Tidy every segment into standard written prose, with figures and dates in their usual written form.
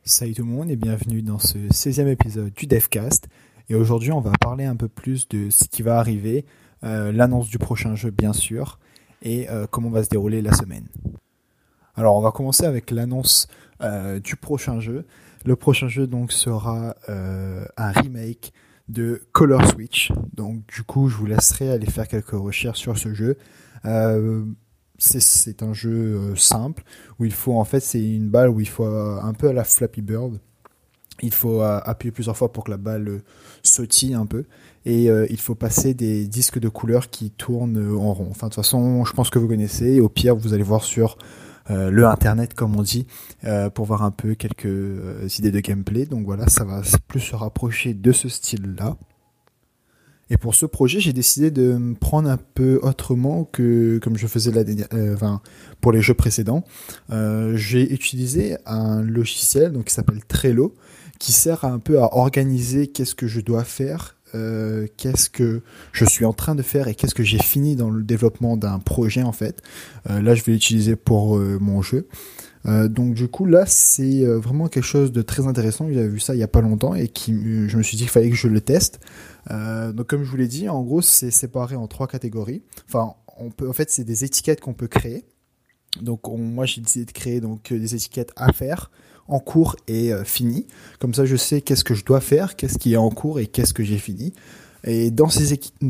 Salut tout le monde et bienvenue dans ce 16e épisode du DevCast. Et aujourd'hui, on va parler un peu plus de ce qui va arriver, l'annonce du prochain jeu bien sûr, et comment va se dérouler la semaine. Alors, on va commencer avec l'annonce du prochain jeu. Le prochain jeu donc sera un remake de Color Switch. Donc du coup, je vous laisserai aller faire quelques recherches sur ce jeu. C'est un jeu simple où il faut c'est une balle où il faut un peu à la Flappy Bird. Il faut appuyer plusieurs fois pour que la balle sautille un peu et il faut passer des disques de couleurs qui tournent en rond. Enfin de toute façon, je pense que vous connaissez. Au pire, vous allez voir sur le internet comme on dit pour voir un peu quelques idées de gameplay. Donc voilà, ça va plus se rapprocher de ce style-là. Et pour ce projet, j'ai décidé de me prendre un peu autrement que comme je faisais pour les jeux précédents. J'ai utilisé un logiciel donc qui s'appelle Trello, qui sert un peu à organiser qu'est-ce que je dois faire, qu'est-ce que je suis en train de faire et qu'est-ce que j'ai fini dans le développement d'un projet en fait. Là, je vais l'utiliser pour mon jeu. Donc du coup là c'est vraiment quelque chose de très intéressant. J'avais vu ça il y a pas longtemps et je me suis dit qu'il fallait que je le teste. Donc comme je vous l'ai dit, en gros c'est séparé en 3 catégories. Enfin c'est des étiquettes qu'on peut créer. Donc moi j'ai décidé de créer des étiquettes à faire, en cours et fini. Comme ça je sais qu'est-ce que je dois faire, qu'est-ce qui est en cours et qu'est-ce que j'ai fini. Et dans ces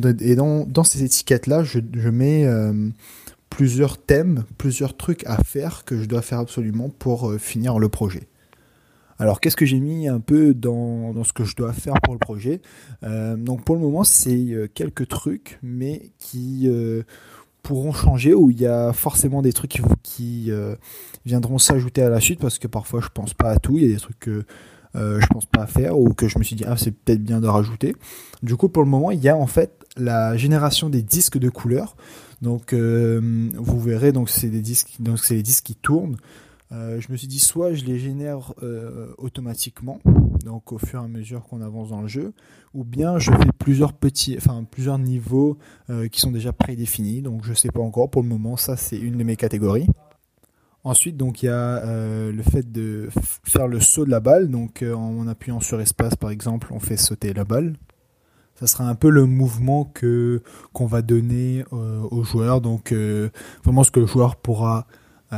étiquettes là je mets plusieurs thèmes, plusieurs trucs à faire que je dois faire absolument pour finir le projet. Alors, qu'est-ce que j'ai mis un peu dans ce que je dois faire pour le projet ? Donc, pour le moment, c'est quelques trucs, mais qui pourront changer, où il y a forcément des trucs qui viendront s'ajouter à la suite, parce que parfois, je pense pas à tout. Il y a des trucs que je pense pas à faire, ou que je me suis dit, c'est peut-être bien de rajouter. Du coup, pour le moment, il y a en fait la génération des disques de couleurs. Donc vous verrez, c'est les disques qui tournent. Je me suis dit soit je les génère automatiquement, donc au fur et à mesure qu'on avance dans le jeu, ou bien je fais plusieurs niveaux qui sont déjà prédéfinis. Donc je sais pas encore pour le moment. Ça c'est une de mes catégories. Ensuite, donc il y a le fait de faire le saut de la balle. Donc en appuyant sur espace par exemple, on fait sauter la balle. Ça sera un peu le mouvement qu'on va donner aux joueurs, donc vraiment ce que le joueur pourra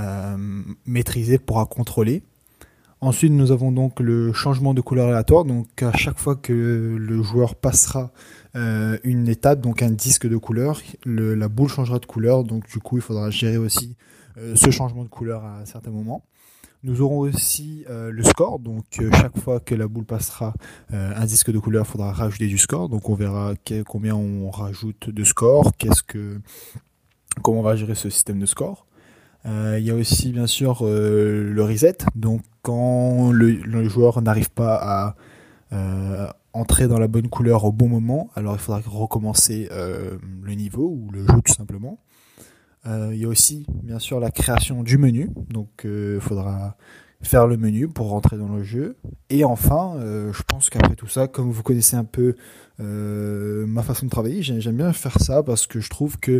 maîtriser, pourra contrôler. Ensuite, nous avons donc le changement de couleur aléatoire, donc à chaque fois que le joueur passera une étape, donc un disque de couleur, la boule changera de couleur, donc du coup il faudra gérer aussi ce changement de couleur à certains moments. Nous aurons aussi le score, donc chaque fois que la boule passera un disque de couleur, il faudra rajouter du score, donc on verra combien on rajoute de score, comment on va gérer ce système de score. Il y a aussi bien sûr le reset, donc quand le joueur n'arrive pas à entrer dans la bonne couleur au bon moment, alors il faudra recommencer le niveau ou le jeu tout simplement. Il y a aussi bien sûr la création du menu, donc il faudra faire le menu pour rentrer dans le jeu. Et enfin, je pense qu'après tout ça, comme vous connaissez un peu ma façon de travailler, j'aime bien faire ça parce que je trouve que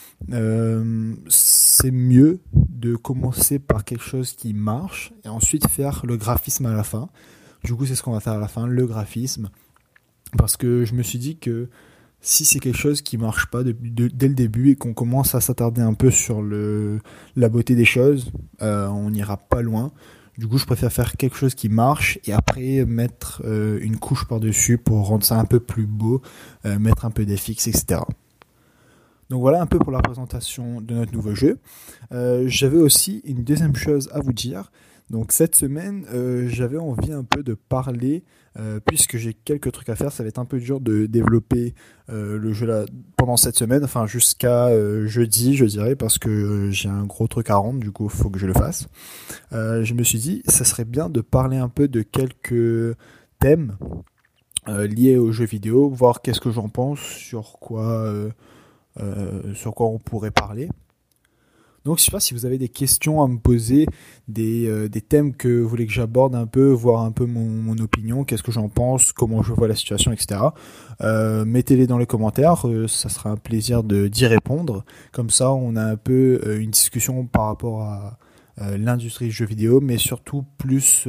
c'est mieux de commencer par quelque chose qui marche et ensuite faire le graphisme à la fin. Du coup, c'est ce qu'on va faire à la fin, le graphisme, parce que je me suis dit que si c'est quelque chose qui marche pas dès le début et qu'on commence à s'attarder un peu sur la beauté des choses, on n'ira pas loin. Du coup, je préfère faire quelque chose qui marche et après mettre une couche par-dessus pour rendre ça un peu plus beau, mettre un peu d'FX, etc. Donc voilà un peu pour la présentation de notre nouveau jeu. J'avais aussi une deuxième chose à vous dire. Donc cette semaine, j'avais envie un peu de parler, puisque j'ai quelques trucs à faire. Ça va être un peu dur de développer le jeu là pendant cette semaine, enfin jusqu'à jeudi, je dirais, parce que j'ai un gros truc à rendre. Du coup, il faut que je le fasse. Je me suis dit, ça serait bien de parler un peu de quelques thèmes liés aux jeux vidéo, voir qu'est-ce que j'en pense, sur quoi on pourrait parler. Donc je sais pas si vous avez des questions à me poser, des thèmes que vous voulez que j'aborde un peu, voir un peu mon opinion, qu'est-ce que j'en pense, comment je vois la situation, etc. Mettez-les dans les commentaires, ça sera un plaisir d'y répondre. Comme ça, on a un peu une discussion par rapport l'industrie du jeu vidéo, mais surtout plus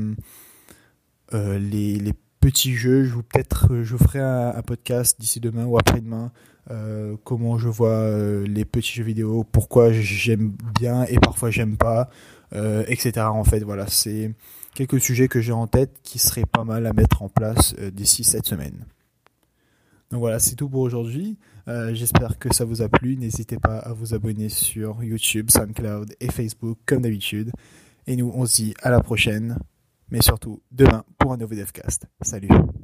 les petits jeux. Je vous ferai un podcast d'ici demain ou après-demain, comment je vois les petits jeux vidéo, pourquoi j'aime bien et parfois j'aime pas, etc. En fait, voilà, c'est quelques sujets que j'ai en tête qui seraient pas mal à mettre en place d'ici cette semaine. Donc voilà, c'est tout pour aujourd'hui. J'espère que ça vous a plu. N'hésitez pas à vous abonner sur YouTube, SoundCloud et Facebook comme d'habitude. Et nous, on se dit à la prochaine, mais surtout demain pour un nouveau Devcast. Salut!